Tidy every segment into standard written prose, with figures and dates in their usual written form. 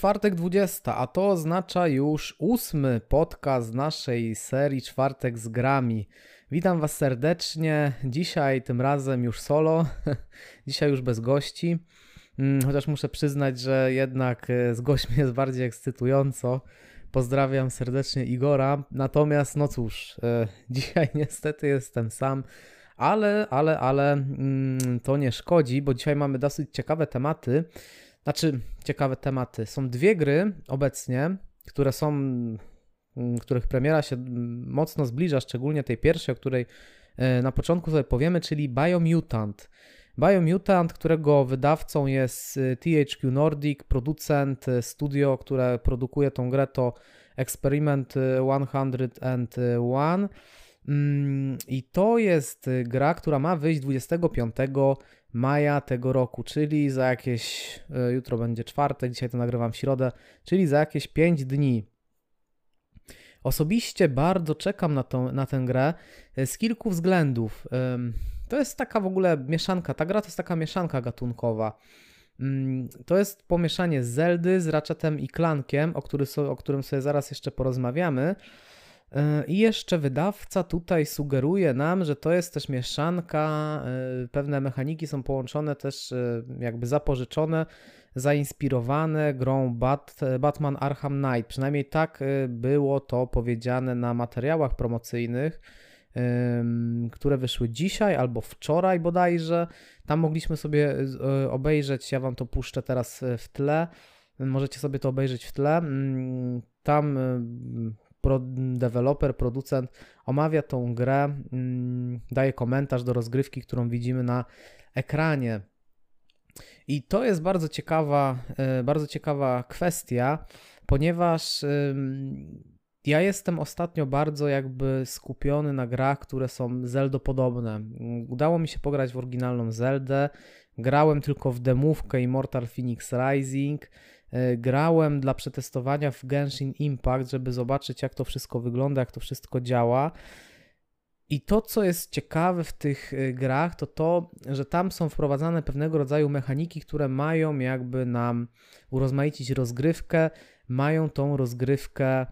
czwartek 20, a to oznacza już 8. podcast naszej serii Czwartek z grami. Witam Was serdecznie, dzisiaj tym razem już solo, dzisiaj już bez gości, chociaż muszę przyznać, że jednak z gośćmi jest bardziej ekscytująco. Pozdrawiam serdecznie Igora, natomiast no cóż, dzisiaj niestety jestem sam, ale to nie szkodzi, bo dzisiaj mamy dosyć ciekawe tematy. Ciekawe tematy. Są dwie gry obecnie, których premiera się mocno zbliża, szczególnie tej pierwszej, o której na początku sobie powiemy, czyli Biomutant. Biomutant, którego wydawcą jest THQ Nordic, producent, studio, które produkuje tą grę, to Experiment 101. I to jest gra, która ma wyjść 25 maja tego roku, czyli za jakieś, jutro będzie czwartek, dzisiaj to nagrywam w środę, czyli za jakieś 5 dni. Osobiście bardzo czekam na tę grę z kilku względów. To jest taka w ogóle mieszanka, ta gra to jest taka mieszanka gatunkowa. To jest pomieszanie Zeldy z Ratchetem i Clankiem, o którym sobie zaraz jeszcze porozmawiamy. I jeszcze wydawca tutaj sugeruje nam, że to jest też mieszanka, pewne mechaniki są połączone też jakby zapożyczone, zainspirowane grą Batman Arkham Knight. Przynajmniej tak było to powiedziane na materiałach promocyjnych, które wyszły dzisiaj albo wczoraj bodajże. Tam mogliśmy sobie obejrzeć, ja wam to puszczę teraz w tle, możecie sobie to obejrzeć w tle. Tam deweloper, producent omawia tą grę, daje komentarz do rozgrywki, którą widzimy na ekranie. I to jest bardzo ciekawa kwestia, ponieważ ja jestem ostatnio bardzo jakby skupiony na grach, które są Zeldopodobne. Udało mi się pograć w oryginalną Zeldę, grałem tylko w demówkę Immortal Phoenix Rising, grałem dla przetestowania w Genshin Impact, żeby zobaczyć, jak to wszystko wygląda, jak to wszystko działa. I to, co jest ciekawe w tych grach, to, że tam są wprowadzane pewnego rodzaju mechaniki, które mają jakby nam urozmaicić rozgrywkę, mają tą rozgrywkę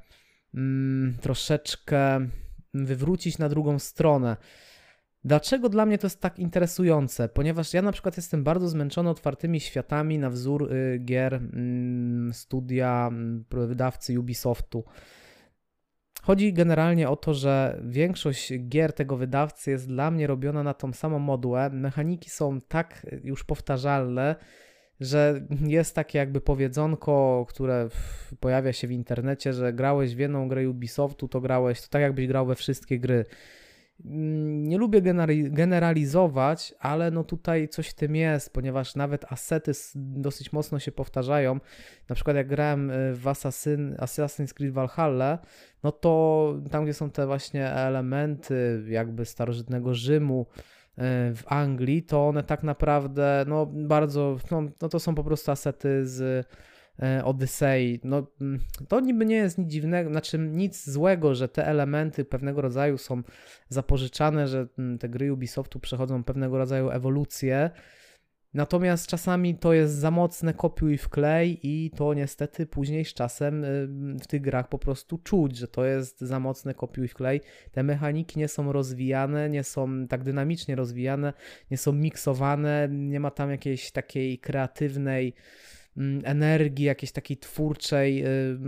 troszeczkę wywrócić na drugą stronę. Dlaczego dla mnie to jest tak interesujące? Ponieważ ja na przykład jestem bardzo zmęczony otwartymi światami na wzór gier studia, wydawcy Ubisoftu. Chodzi generalnie o to, że większość gier tego wydawcy jest dla mnie robiona na tą samą modułę. Mechaniki są tak już powtarzalne, że jest takie jakby powiedzonko, które pojawia się w internecie, że grałeś w jedną grę Ubisoftu, to tak jakbyś grał we wszystkie gry. Nie lubię generalizować, ale no tutaj coś w tym jest, ponieważ nawet asety dosyć mocno się powtarzają. Na przykład jak grałem w Assassin's Creed Valhalla, no to tam, gdzie są te właśnie elementy jakby starożytnego Rzymu w Anglii, to one tak naprawdę no bardzo, no to są po prostu asety z Odysei. No, to niby nie jest nic dziwnego, nic złego, że te elementy pewnego rodzaju są zapożyczane, że te gry Ubisoftu przechodzą pewnego rodzaju ewolucję. Natomiast czasami to jest za mocne kopiuj wklej i to niestety później z czasem w tych grach po prostu czuć, że to jest za mocne kopiuj wklej. Te mechaniki nie są rozwijane, nie są tak dynamicznie rozwijane, nie są miksowane, nie ma tam jakiejś takiej kreatywnej energii, jakiejś takiej twórczej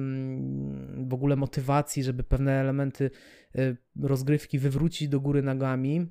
w ogóle motywacji, żeby pewne elementy rozgrywki wywrócić do góry nogami.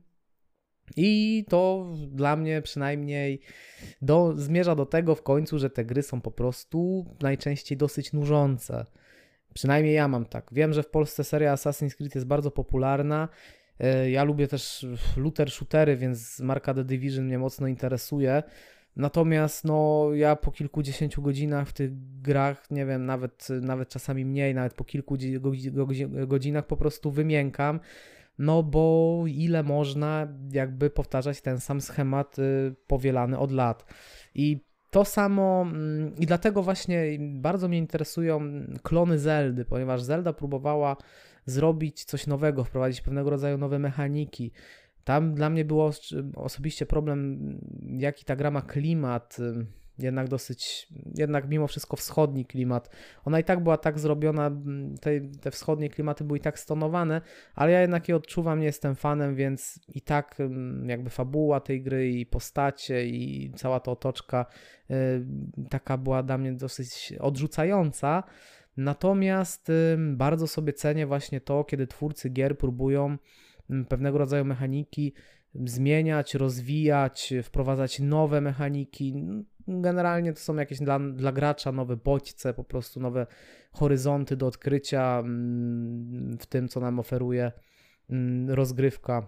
I to dla mnie przynajmniej zmierza do tego w końcu, że te gry są po prostu najczęściej dosyć nużące. Przynajmniej ja mam tak. Wiem, że w Polsce seria Assassin's Creed jest bardzo popularna. Ja lubię też shootery, więc marka The Division mnie mocno interesuje. Natomiast no ja po kilkudziesięciu godzinach w tych grach, nie wiem, nawet czasami mniej, nawet po kilku godzinach po prostu wymiękam, no bo ile można jakby powtarzać ten sam schemat powielany od lat. I to samo, i dlatego właśnie bardzo mnie interesują klony Zeldy, ponieważ Zelda próbowała zrobić coś nowego, wprowadzić pewnego rodzaju nowe mechaniki. Tam dla mnie było osobiście problem, jaki ta gra ma klimat, jednak mimo wszystko wschodni klimat. Ona i tak była tak zrobiona, te wschodnie klimaty były i tak stonowane, ale ja jednak je odczuwam, nie jestem fanem, więc i tak jakby fabuła tej gry i postacie i cała ta otoczka taka była dla mnie dosyć odrzucająca. Natomiast bardzo sobie cenię właśnie to, kiedy twórcy gier próbują pewnego rodzaju mechaniki zmieniać, rozwijać, wprowadzać nowe mechaniki. Generalnie to są jakieś dla gracza nowe bodźce, po prostu nowe horyzonty do odkrycia w tym, co nam oferuje rozgrywka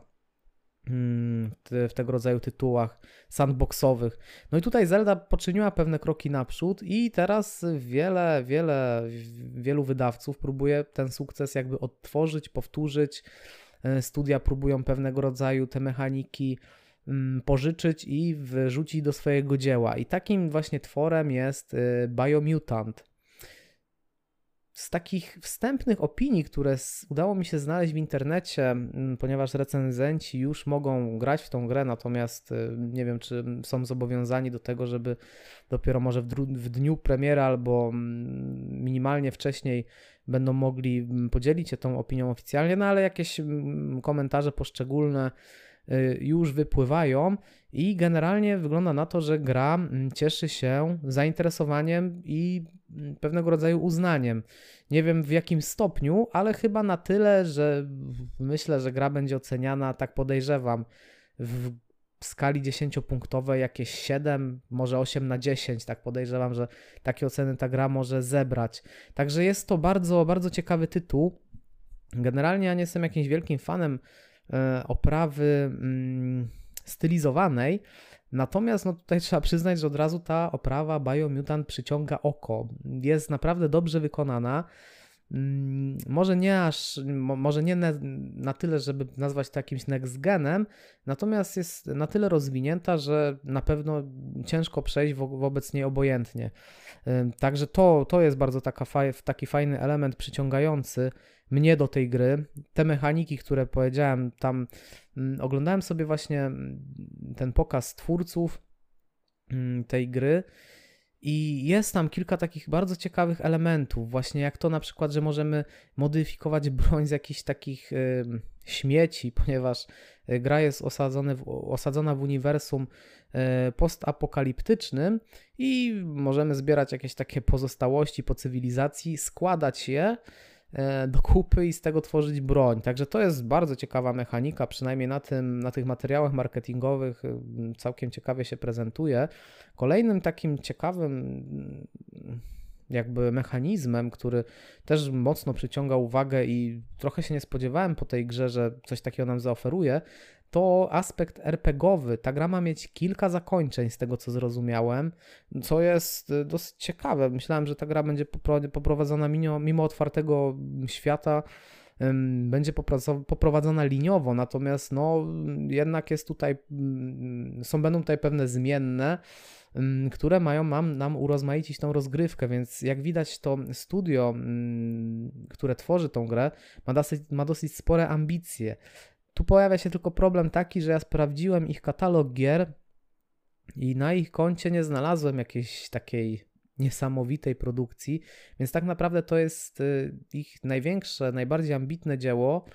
w tego rodzaju tytułach sandboxowych. No i tutaj Zelda poczyniła pewne kroki naprzód i teraz wielu wydawców próbuje ten sukces jakby odtworzyć, powtórzyć. Studia próbują pewnego rodzaju te mechaniki pożyczyć i wrzucić do swojego dzieła. I takim właśnie tworem jest Biomutant. Z takich wstępnych opinii, które udało mi się znaleźć w internecie, ponieważ recenzenci już mogą grać w tą grę, natomiast nie wiem, czy są zobowiązani do tego, żeby dopiero może w dniu premiery albo minimalnie wcześniej będą mogli podzielić się tą opinią oficjalnie, no ale jakieś komentarze poszczególne już wypływają i generalnie wygląda na to, że gra cieszy się zainteresowaniem i pewnego rodzaju uznaniem. Nie wiem w jakim stopniu, ale chyba na tyle, że myślę, że gra będzie oceniana, tak podejrzewam, w skali 10-punktowej jakieś 7, może 8 na 10, tak podejrzewam, że takie oceny ta gra może zebrać. Także jest to bardzo, bardzo ciekawy tytuł. Generalnie ja nie jestem jakimś wielkim fanem oprawy stylizowanej, natomiast no tutaj trzeba przyznać, że od razu ta oprawa Biomutant przyciąga oko. Jest naprawdę dobrze wykonana. Może nie na tyle, żeby nazwać to jakimś next genem, natomiast jest na tyle rozwinięta, że na pewno ciężko przejść wobec niej obojętnie. Także to jest bardzo taki fajny element przyciągający mnie do tej gry. Te mechaniki, które powiedziałem, tam oglądałem sobie właśnie ten pokaz twórców tej gry i jest tam kilka takich bardzo ciekawych elementów, właśnie jak to na przykład, że możemy modyfikować broń z jakichś takich śmieci, ponieważ gra jest osadzona w uniwersum postapokaliptycznym i możemy zbierać jakieś takie pozostałości po cywilizacji, składać je do kupy i z tego tworzyć broń. Także to jest bardzo ciekawa mechanika, przynajmniej na tych materiałach marketingowych całkiem ciekawie się prezentuje. Kolejnym takim ciekawym jakby mechanizmem, który też mocno przyciąga uwagę i trochę się nie spodziewałem po tej grze, że coś takiego nam zaoferuje, to aspekt RPGowy. Ta gra ma mieć kilka zakończeń z tego, co zrozumiałem, co jest dosyć ciekawe. Myślałem, że ta gra będzie poprowadzona mimo otwartego świata, będzie poprowadzona liniowo, natomiast no jednak jest tutaj, będą tutaj pewne zmienne, które mają nam urozmaicić tą rozgrywkę, więc jak widać to studio, które tworzy tą grę, ma dosyć spore ambicje. Tu pojawia się tylko problem taki, że ja sprawdziłem ich katalog gier i na ich koncie nie znalazłem jakiejś takiej niesamowitej produkcji, więc tak naprawdę to jest ich największe, najbardziej ambitne dzieło,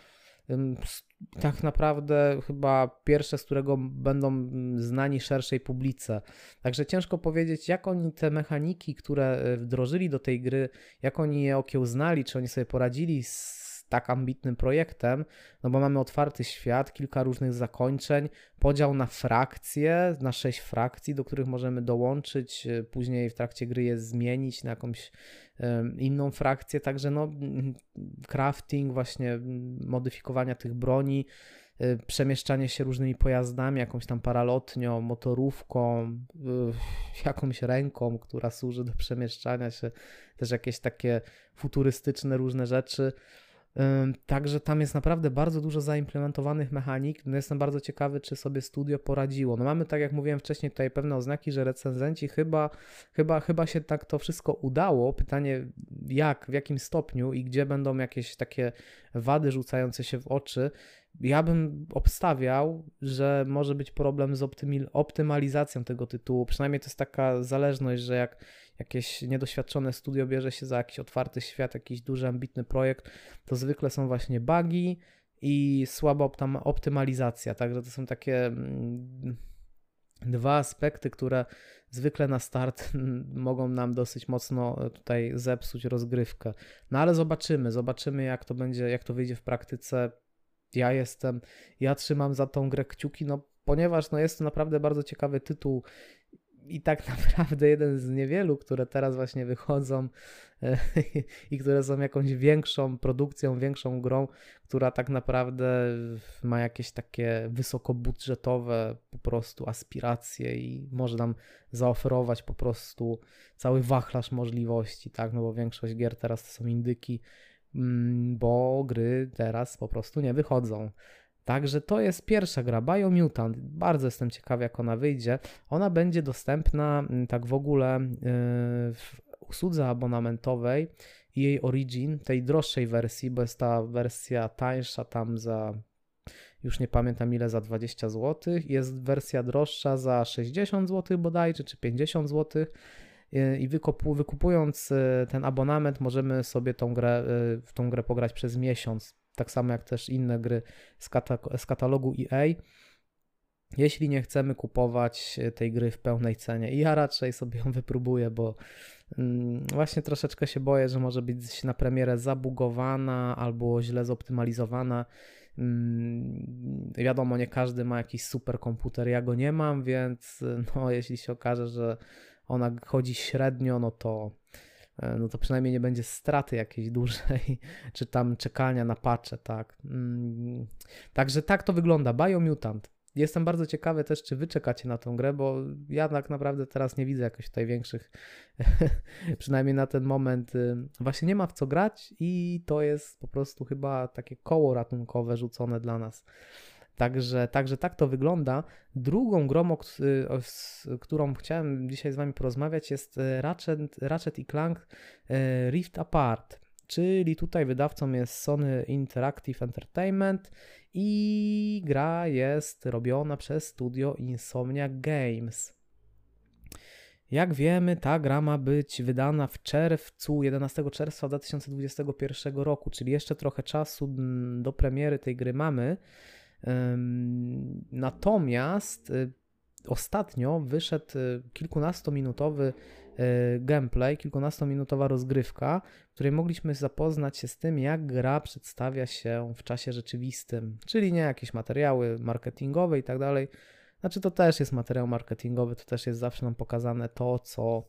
tak naprawdę chyba pierwsze, z którego będą znani szerszej publice. Także ciężko powiedzieć, jak oni te mechaniki, które wdrożyli do tej gry, jak oni je okiełznali, czy oni sobie poradzili z tak ambitnym projektem, no bo mamy otwarty świat, kilka różnych zakończeń, podział na frakcje, na 6 frakcji, do których możemy dołączyć, później w trakcie gry je zmienić na jakąś inną frakcję, także no crafting, właśnie modyfikowania tych broni, przemieszczanie się różnymi pojazdami, jakąś tam paralotnią, motorówką, jakąś ręką, która służy do przemieszczania się, też jakieś takie futurystyczne różne rzeczy. Także tam jest naprawdę bardzo dużo zaimplementowanych mechanik. No jestem bardzo ciekawy, czy sobie studio poradziło. No mamy, tak jak mówiłem wcześniej, tutaj pewne oznaki, że recenzenci chyba się tak to wszystko udało. Pytanie jak, w jakim stopniu i gdzie będą jakieś takie wady rzucające się w oczy. ja bym obstawiał, że może być problem z optymalizacją tego tytułu. Przynajmniej to jest taka zależność, że jak jakieś niedoświadczone studio bierze się za jakiś otwarty świat, jakiś duży, ambitny projekt, to zwykle są właśnie bugi i słaba optymalizacja. Także to są takie dwa aspekty, które zwykle na start mogą nam dosyć mocno tutaj zepsuć rozgrywkę. No ale zobaczymy jak to będzie, jak to wyjdzie w praktyce. Ja trzymam za tą grę kciuki, no ponieważ no jest to naprawdę bardzo ciekawy tytuł i tak naprawdę jeden z niewielu, które teraz właśnie wychodzą i które są jakąś większą produkcją, większą grą, która tak naprawdę ma jakieś takie wysokobudżetowe po prostu aspiracje i może nam zaoferować po prostu cały wachlarz możliwości, tak, no bo większość gier teraz to są indyki, bo gry teraz po prostu nie wychodzą. Także to jest pierwsza gra, Biomutant. Bardzo jestem ciekawy, jak ona wyjdzie. Ona będzie dostępna tak w ogóle w usłudze abonamentowej EA Origin, tej droższej wersji, bo jest ta wersja tańsza tam za, już nie pamiętam ile, za 20 zł. Jest wersja droższa za 60 zł bodajże, czy 50 zł. I wykupując ten abonament możemy sobie w tą grę pograć przez miesiąc. Tak samo jak też inne gry z katalogu EA, jeśli nie chcemy kupować tej gry w pełnej cenie. I ja raczej sobie ją wypróbuję, bo właśnie troszeczkę się boję, że może być na premierę zabugowana albo źle zoptymalizowana. Wiadomo, nie każdy ma jakiś super komputer, ja go nie mam, więc no, jeśli się okaże, że ona chodzi średnio, no to przynajmniej nie będzie straty jakiejś dużej, czy tam czekania na patche, tak. Także tak to wygląda, Biomutant. Jestem bardzo ciekawy też, czy wy czekacie na tą grę, bo ja tak naprawdę teraz nie widzę jakoś tutaj większych, przynajmniej na ten moment, właśnie nie ma w co grać i to jest po prostu chyba takie koło ratunkowe rzucone dla nas. Także tak to wygląda. Drugą grą, którą chciałem dzisiaj z wami porozmawiać, jest Ratchet Clank Rift Apart, czyli tutaj wydawcą jest Sony Interactive Entertainment i gra jest robiona przez studio Insomniac Games. Jak wiemy, ta gra ma być wydana w czerwcu, 11 czerwca 2021 roku, czyli jeszcze trochę czasu do premiery tej gry mamy. Natomiast ostatnio wyszedł kilkunastominutowy gameplay, kilkunastominutowa rozgrywka, w której mogliśmy zapoznać się z tym, jak gra przedstawia się w czasie rzeczywistym, czyli nie jakieś materiały marketingowe i tak dalej. Znaczy to też jest materiał marketingowy, to też jest zawsze nam pokazane to, co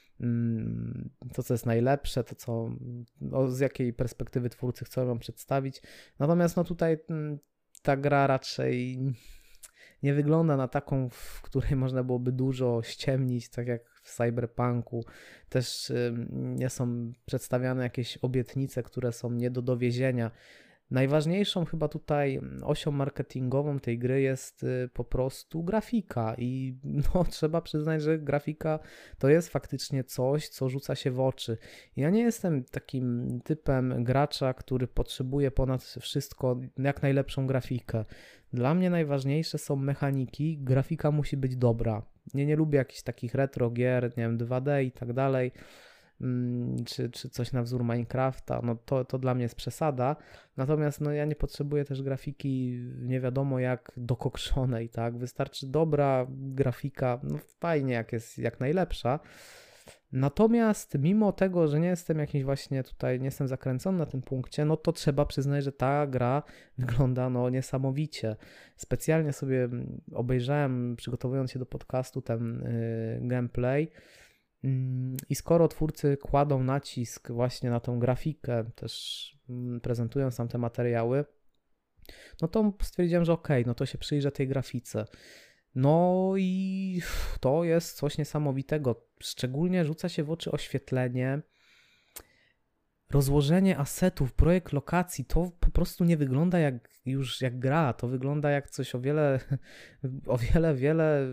jest najlepsze, z jakiej perspektywy twórcy chcą ją przedstawić. Natomiast no tutaj ta gra raczej nie wygląda na taką, w której można byłoby dużo ściemnić, tak jak w Cyberpunku. Też nie są przedstawiane jakieś obietnice, które są nie do dowiezienia. Najważniejszą chyba tutaj osią marketingową tej gry jest po prostu grafika i no, trzeba przyznać, że grafika to jest faktycznie coś, co rzuca się w oczy. Ja nie jestem takim typem gracza, który potrzebuje ponad wszystko jak najlepszą grafikę. Dla mnie najważniejsze są mechaniki, grafika musi być dobra. Nie lubię jakichś takich retro gier, nie wiem, 2D i tak dalej, czy coś na wzór Minecrafta, no to dla mnie jest przesada. Natomiast no ja nie potrzebuję też grafiki nie wiadomo jak dokokszonej, tak? Wystarczy dobra grafika, no fajnie jak jest jak najlepsza. Natomiast mimo tego, że nie jestem jakiś właśnie tutaj, nie jestem zakręcony na tym punkcie, no to trzeba przyznać, że ta gra wygląda no niesamowicie. Specjalnie sobie obejrzałem, przygotowując się do podcastu, ten gameplay i skoro twórcy kładą nacisk właśnie na tą grafikę, też prezentując tam te materiały, no to stwierdziłem, że okej, no to się przyjrzę tej grafice. No i to jest coś niesamowitego. Szczególnie rzuca się w oczy oświetlenie, rozłożenie asetów, projekt lokacji. To po prostu nie wygląda jak gra. To wygląda jak coś o wiele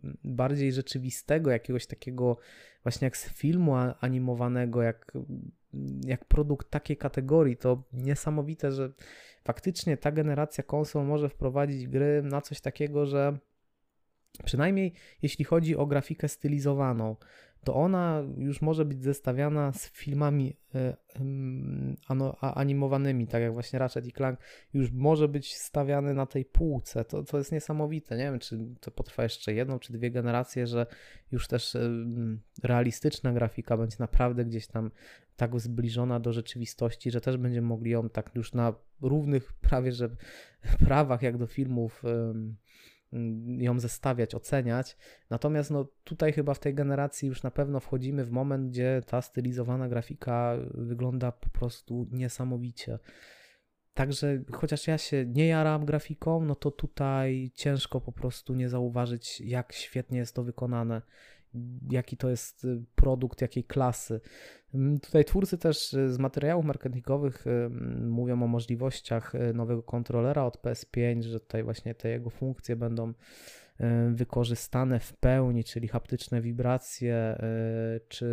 bardziej rzeczywistego, jakiegoś takiego właśnie jak z filmu animowanego, jak jak produkt takiej kategorii, to niesamowite, że faktycznie ta generacja konsol może wprowadzić gry na coś takiego, że przynajmniej jeśli chodzi o grafikę stylizowaną, to ona już może być zestawiana z filmami animowanymi, tak jak właśnie Ratchet i Clank, już może być stawiany na tej półce. To jest niesamowite. Nie wiem, czy to potrwa jeszcze jedną czy dwie generacje, że już też realistyczna grafika będzie naprawdę gdzieś tam tak zbliżona do rzeczywistości, że też będziemy mogli ją tak już na równych prawie że prawach jak do filmów ją zestawiać, oceniać. Natomiast no, tutaj chyba w tej generacji już na pewno wchodzimy w moment, gdzie ta stylizowana grafika wygląda po prostu niesamowicie. Także chociaż ja się nie jaram grafiką, no to tutaj ciężko po prostu nie zauważyć, jak świetnie jest to wykonane, jaki to jest produkt, jakiej klasy. Tutaj twórcy też z materiałów marketingowych mówią o możliwościach nowego kontrolera od PS5, że tutaj właśnie te jego funkcje będą wykorzystane w pełni, czyli haptyczne wibracje, czy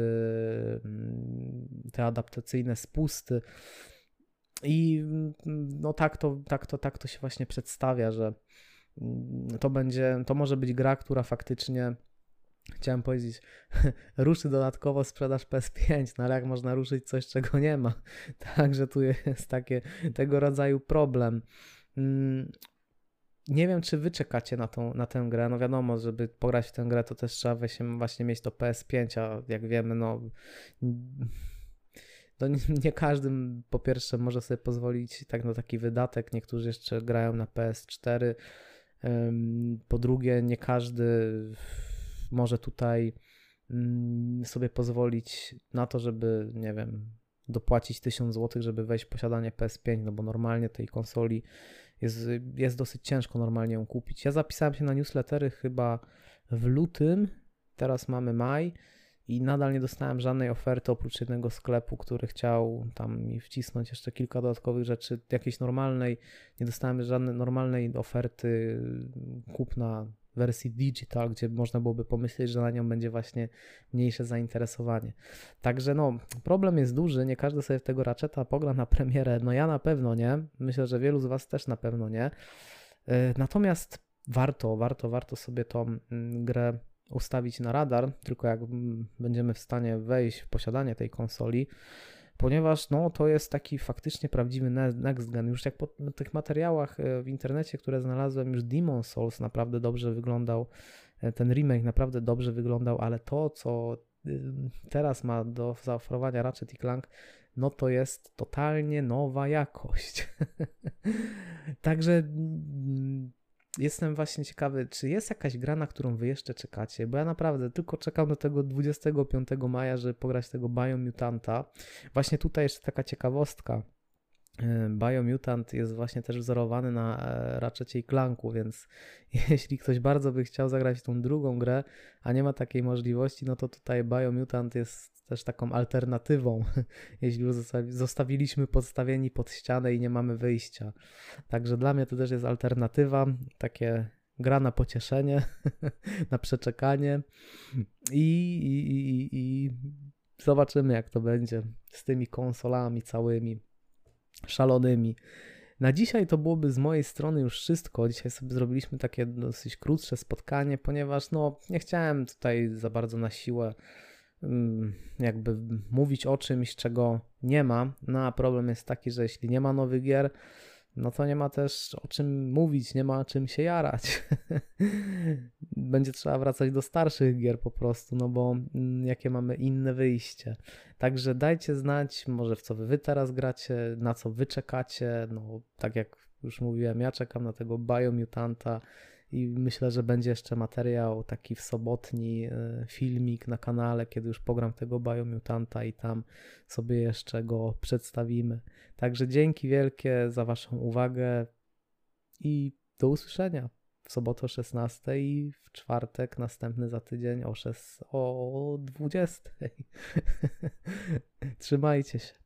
te adaptacyjne spusty. I no tak to się właśnie przedstawia, że to może być gra, która faktycznie, chciałem powiedzieć, ruszy dodatkowo sprzedaż PS5, no ale jak można ruszyć coś, czego nie ma? Także tu jest tego rodzaju problem. Nie wiem, czy wy czekacie na tę grę. No wiadomo, żeby pograć w tę grę, to też trzeba właśnie mieć to PS5, a jak wiemy, no to nie każdy po pierwsze może sobie pozwolić tak na taki wydatek. Niektórzy jeszcze grają na PS4. Po drugie, nie każdy może tutaj sobie pozwolić na to, żeby, nie wiem, dopłacić 1000 zł, żeby wejść w posiadanie PS5, no bo normalnie tej konsoli jest dosyć ciężko normalnie ją kupić. Ja zapisałem się na newslettery chyba w lutym, teraz mamy maj i nadal nie dostałem żadnej oferty oprócz jednego sklepu, który chciał tam mi wcisnąć jeszcze kilka dodatkowych rzeczy, jakiejś normalnej, nie dostałem żadnej normalnej oferty kupna wersji digital, gdzie można byłoby pomyśleć, że na nią będzie właśnie mniejsze zainteresowanie. Także no, problem jest duży, nie każdy sobie w tego Ratcheta pogra na premierę, no ja na pewno nie, myślę, że wielu z was też na pewno nie, natomiast warto sobie tą grę ustawić na radar, tylko jak będziemy w stanie wejść w posiadanie tej konsoli, ponieważ no, to jest taki faktycznie prawdziwy next gen. Już jak po tych materiałach w internecie, które znalazłem, już Demon's Souls naprawdę dobrze wyglądał, ten remake naprawdę dobrze wyglądał, ale to, co teraz ma do zaoferowania Ratchet i Clank, no to jest totalnie nowa jakość. Także jestem właśnie ciekawy, czy jest jakaś gra, na którą wy jeszcze czekacie, bo ja naprawdę tylko czekam do tego 25 maja, żeby pograć tego Biomutanta. Właśnie tutaj jeszcze taka ciekawostka. Biomutant jest właśnie też wzorowany na Ratchetie i Clanku, więc jeśli ktoś bardzo by chciał zagrać w tą drugą grę, a nie ma takiej możliwości, no to tutaj Biomutant jest też taką alternatywą, jeśli już zostawiliśmy podstawieni pod ścianę i nie mamy wyjścia. Także dla mnie to też jest alternatywa, takie gra na pocieszenie, na przeczekanie i zobaczymy, jak to będzie z tymi konsolami całymi szalonymi. Na dzisiaj to byłoby z mojej strony już wszystko. Dzisiaj sobie zrobiliśmy takie dosyć krótsze spotkanie, ponieważ no nie chciałem tutaj za bardzo na siłę jakby mówić o czymś, czego nie ma. No a problem jest taki, że jeśli nie ma nowych gier, no to nie ma też o czym mówić, nie ma o czym się jarać. Będzie trzeba wracać do starszych gier po prostu, no bo jakie mamy inne wyjście. Także dajcie znać, może w co wy teraz gracie, na co wy czekacie. No tak jak już mówiłem, ja czekam na tego Biomutanta i myślę, że będzie jeszcze materiał taki w sobotni, filmik na kanale, kiedy już pogram tego Biomutanta i tam sobie jeszcze go przedstawimy. Także dzięki wielkie za waszą uwagę i do usłyszenia w sobotę o 16 i w czwartek następny za tydzień o 20. Trzymajcie się.